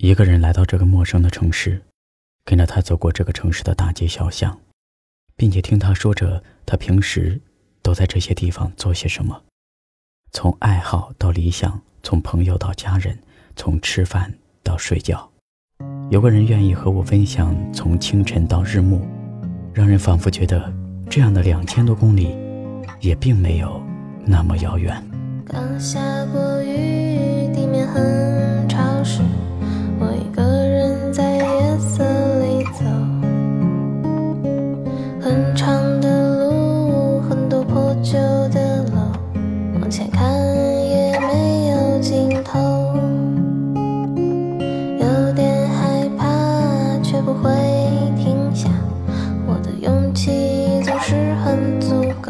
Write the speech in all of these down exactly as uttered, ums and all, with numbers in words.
一个人来到这个陌生的城市，跟着他走过这个城市的大街小巷，并且听他说着他平时都在这些地方做些什么，从爱好到理想，从朋友到家人，从吃饭到睡觉。有个人愿意和我分享从清晨到日暮，让人仿佛觉得这样的两千多公里也并没有那么遥远。 刚下过雨，地面很潮湿，我一个人在夜色里走，很长的路，很多破旧的楼，往前看也没有尽头，有点害怕却不会停下，我的勇气总是很足够。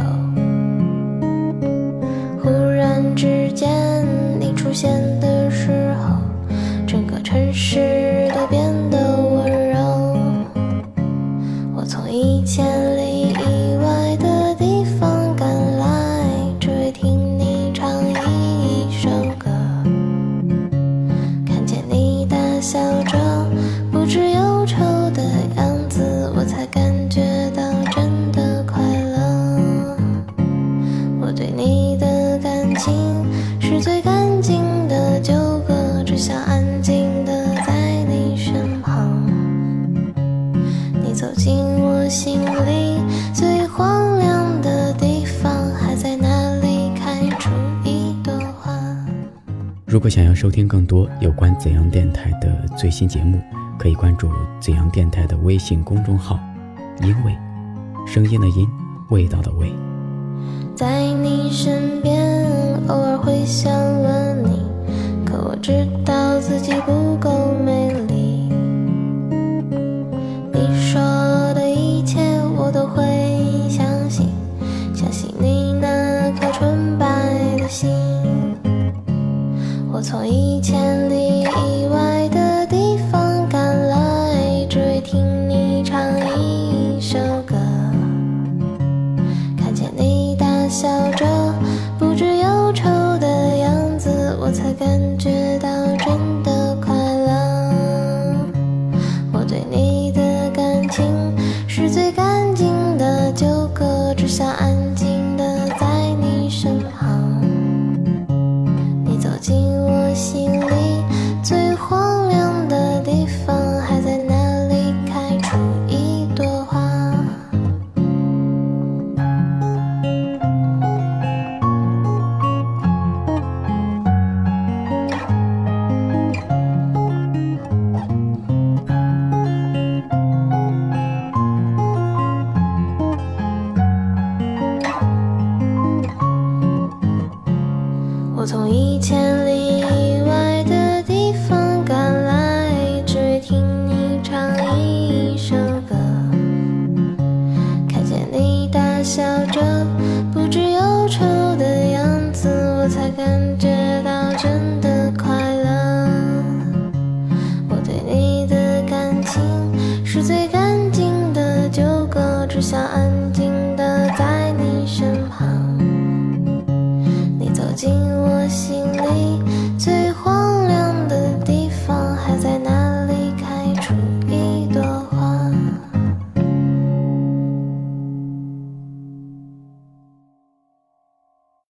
忽然之间你出现的时候，整个城市都变得温柔，我从一千里以外的地方赶来，只为听你唱一首歌，看见你大笑着不知忧愁的样子，我才感觉到真的快乐。我对你的感情是最干净的纠葛，只想安静的在你身旁，你走进我心里最荒凉的地方，还在那里开出一朵花。 如果想要收听更多有关怎样电台的最新节目，可以关注怎样电台的微信公众号，因为声音的音，味道的味。 在你身边偶尔会想问你，可我知道自己不够美丽，你说的一切我都会相信，相信你那颗纯白的心。我从一千里以外的地方赶来，只为听你唱一首歌，看见你大笑着不知忧愁的样子，我才感觉到真的快乐。我对你的感情是最干净的纠葛，只想安静的在你身旁，你走进我心里最荒凉的地方，还在那里开出一朵花。我从一千里以外的地方赶来，只为听你唱一首歌，看见你大笑着不知忧愁的样子，我才感觉到真的快乐。我对你的感情是最干净的纠葛，只想安静的在你身旁，你走进